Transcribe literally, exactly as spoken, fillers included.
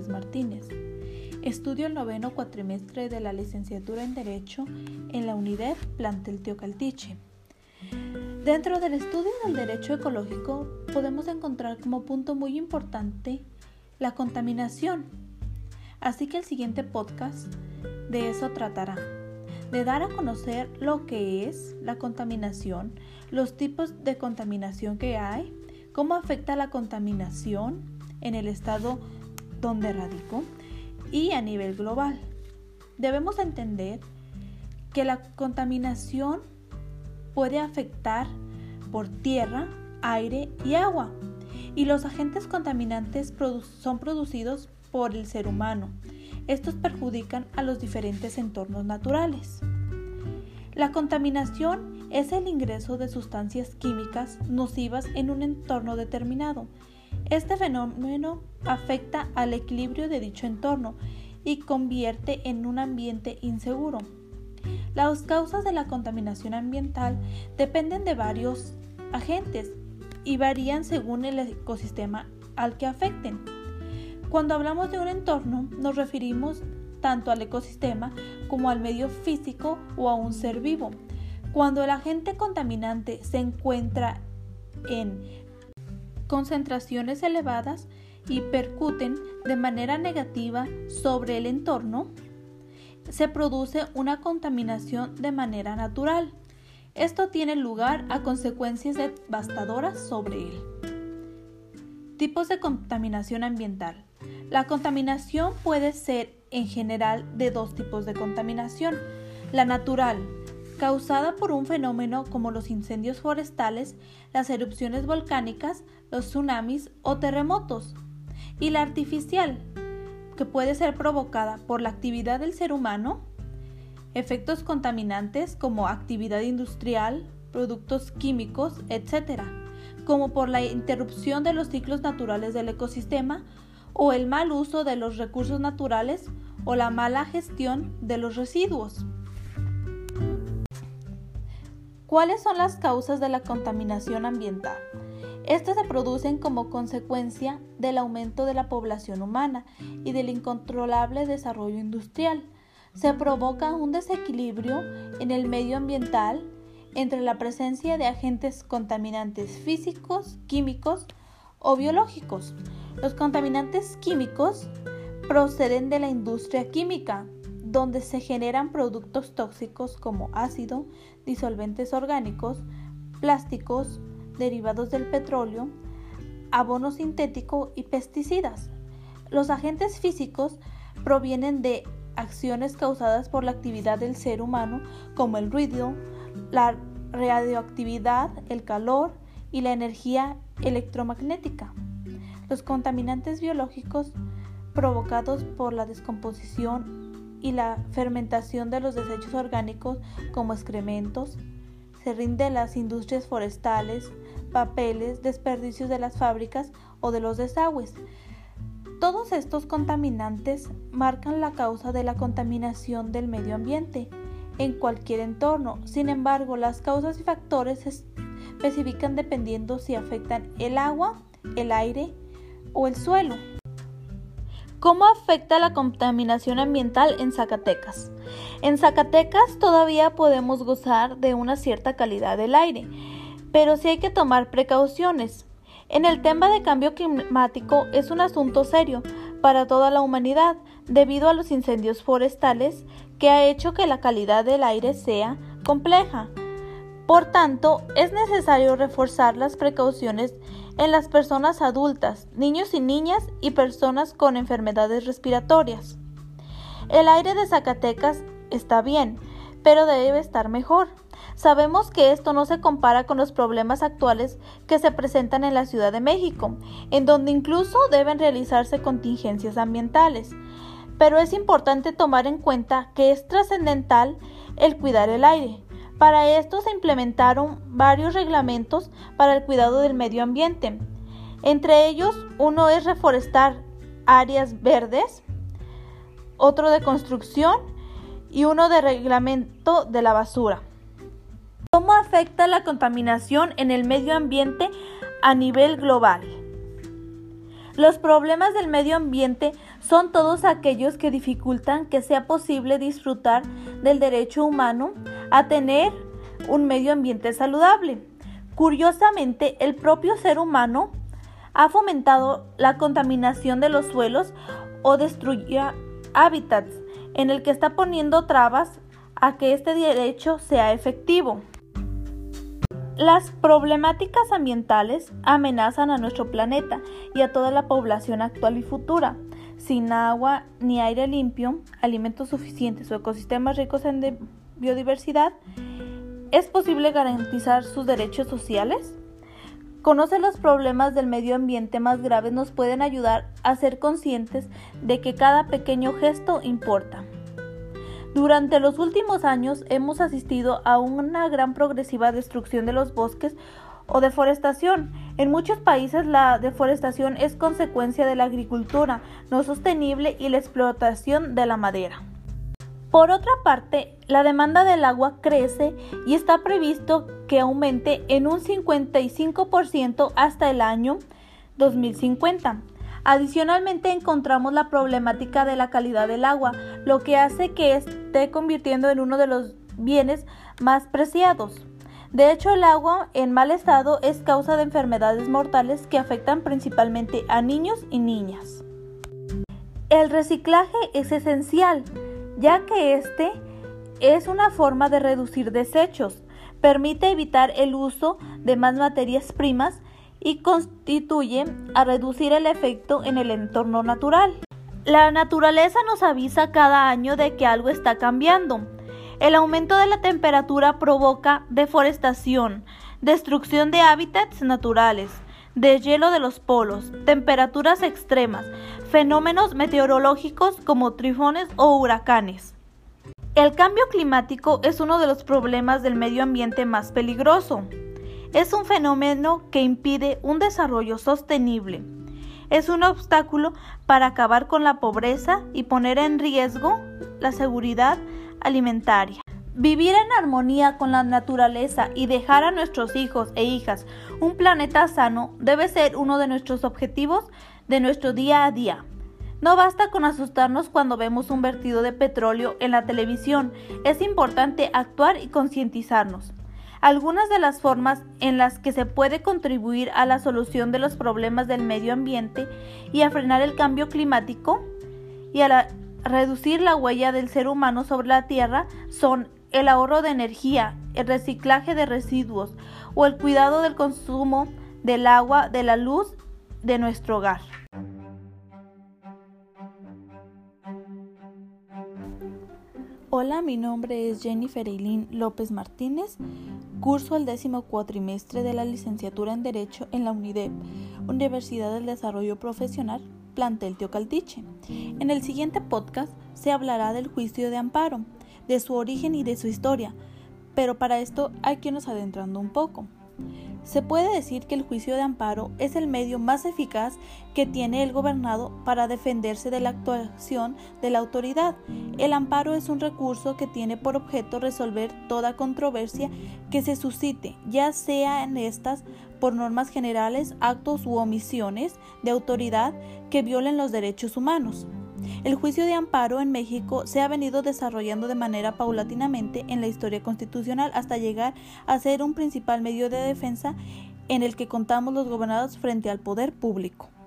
Flores Martínez. Estudio el noveno cuatrimestre de la licenciatura en Derecho en la UNIDEP Plantel Teocaltiche. Dentro del estudio del derecho ecológico podemos encontrar como punto muy importante la contaminación. Así que el siguiente podcast de eso tratará, de dar a conocer lo que es la contaminación, los tipos de contaminación que hay, cómo afecta la contaminación en el estado donde radico y a nivel global. Debemos entender que la contaminación puede afectar por tierra, aire y agua, y los agentes contaminantes produ- son producidos por el ser humano. Estos perjudican a los diferentes entornos naturales. La contaminación es el ingreso de sustancias químicas nocivas en un entorno determinado. Este fenómeno afecta al equilibrio de dicho entorno y convierte en un ambiente inseguro. Las causas de la contaminación ambiental dependen de varios agentes y varían según el ecosistema al que afecten. Cuando hablamos de un entorno, nos referimos tanto al ecosistema como al medio físico o a un ser vivo. Cuando el agente contaminante se encuentra en concentraciones elevadas y percuten de manera negativa sobre el entorno, se produce una contaminación de manera natural. Esto tiene lugar a consecuencias devastadoras sobre él. Tipos de contaminación ambiental. La contaminación puede ser en general de dos tipos de contaminación. La natural, causada por un fenómeno como los incendios forestales, las erupciones volcánicas, los tsunamis o terremotos. Y la artificial, que puede ser provocada por la actividad del ser humano, efectos contaminantes como actividad industrial, productos químicos, etcétera, como por la interrupción de los ciclos naturales del ecosistema o el mal uso de los recursos naturales o la mala gestión de los residuos. ¿Cuáles son las causas de la contaminación ambiental? Estas se producen como consecuencia del aumento de la población humana y del incontrolable desarrollo industrial. Se provoca un desequilibrio en el medio ambiental entre la presencia de agentes contaminantes físicos, químicos o biológicos. Los contaminantes químicos proceden de la industria química, donde se generan productos tóxicos como ácido, disolventes orgánicos, plásticos, derivados del petróleo, abono sintético y pesticidas. Los agentes físicos provienen de acciones causadas por la actividad del ser humano, como el ruido, la radioactividad, el calor y la energía electromagnética. Los contaminantes biológicos provocados por la descomposición y la fermentación de los desechos orgánicos como excrementos, serrín de las industrias forestales, papeles, desperdicios de las fábricas o de los desagües. Todos estos contaminantes marcan la causa de la contaminación del medio ambiente en cualquier entorno. Sin embargo, las causas y factores se especifican dependiendo si afectan el agua, el aire o el suelo. ¿Cómo afecta la contaminación ambiental en Zacatecas? En Zacatecas todavía podemos gozar de una cierta calidad del aire, pero sí hay que tomar precauciones. En el tema de cambio climático es un asunto serio para toda la humanidad debido a los incendios forestales que ha hecho que la calidad del aire sea compleja. Por tanto, es necesario reforzar las precauciones en las personas adultas, niños y niñas y personas con enfermedades respiratorias. El aire de Zacatecas está bien, pero debe estar mejor. Sabemos que esto no se compara con los problemas actuales que se presentan en la Ciudad de México, en donde incluso deben realizarse contingencias ambientales. Pero es importante tomar en cuenta que es trascendental el cuidar el aire. Para esto se implementaron varios reglamentos para el cuidado del medio ambiente. Entre ellos, uno es reforestar áreas verdes, otro de construcción y uno de reglamento de la basura. ¿Cómo afecta la contaminación en el medio ambiente a nivel global? Los problemas del medio ambiente son todos aquellos que dificultan que sea posible disfrutar del derecho humano a tener un medio ambiente saludable. Curiosamente, el propio ser humano ha fomentado la contaminación de los suelos o destruye hábitats, en el que está poniendo trabas a que este derecho sea efectivo. Las problemáticas ambientales amenazan a nuestro planeta y a toda la población actual y futura. Sin agua ni aire limpio, alimentos suficientes o ecosistemas ricos en biodiversidad, ¿es posible garantizar sus derechos sociales? Conocer los problemas del medio ambiente más graves nos pueden ayudar a ser conscientes de que cada pequeño gesto importa. Durante los últimos años hemos asistido a una gran progresiva destrucción de los bosques o deforestación. En muchos países la deforestación es consecuencia de la agricultura no sostenible y la explotación de la madera. Por otra parte, la demanda del agua crece y está previsto que aumente en un cincuenta y cinco por ciento hasta el año dos mil cincuenta. Adicionalmente, encontramos la problemática de la calidad del agua, lo que hace que esté convirtiendo en uno de los bienes más preciados. De hecho, el agua en mal estado es causa de enfermedades mortales que afectan principalmente a niños y niñas. El reciclaje es esencial, ya que este es una forma de reducir desechos, permite evitar el uso de más materias primas y contribuye a reducir el efecto en el entorno natural. La naturaleza nos avisa cada año de que algo está cambiando. El aumento de la temperatura provoca deforestación, destrucción de hábitats naturales, deshielo de los polos, temperaturas extremas, fenómenos meteorológicos como tifones o huracanes. El cambio climático es uno de los problemas del medio ambiente más peligroso. Es un fenómeno que impide un desarrollo sostenible. Es un obstáculo para acabar con la pobreza y poner en riesgo la seguridad alimentaria. Vivir en armonía con la naturaleza y dejar a nuestros hijos e hijas un planeta sano debe ser uno de nuestros objetivos de nuestro día a día. No basta con asustarnos cuando vemos un vertido de petróleo en la televisión, es importante actuar y concientizarnos. Algunas de las formas en las que se puede contribuir a la solución de los problemas del medio ambiente y a frenar el cambio climático y a la, reducir la huella del ser humano sobre la Tierra son el ahorro de energía, el reciclaje de residuos o el cuidado del consumo del agua, de la luz de nuestro hogar. Hola, mi nombre es Jennifer Eileen López Martínez. Curso el décimo cuatrimestre de la licenciatura en Derecho en la UNIDEP, Universidad del Desarrollo Profesional, plantel Teocaltiche. En el siguiente podcast se hablará del juicio de amparo, de su origen y de su historia, pero para esto hay que irnos adentrando un poco. Se puede decir que el juicio de amparo es el medio más eficaz que tiene el gobernado para defenderse de la actuación de la autoridad. El amparo es un recurso que tiene por objeto resolver toda controversia que se suscite, ya sea en estas por normas generales, actos u omisiones de autoridad que violen los derechos humanos. El juicio de amparo en México se ha venido desarrollando de manera paulatinamente en la historia constitucional hasta llegar a ser un principal medio de defensa en el que contamos los gobernados frente al poder público.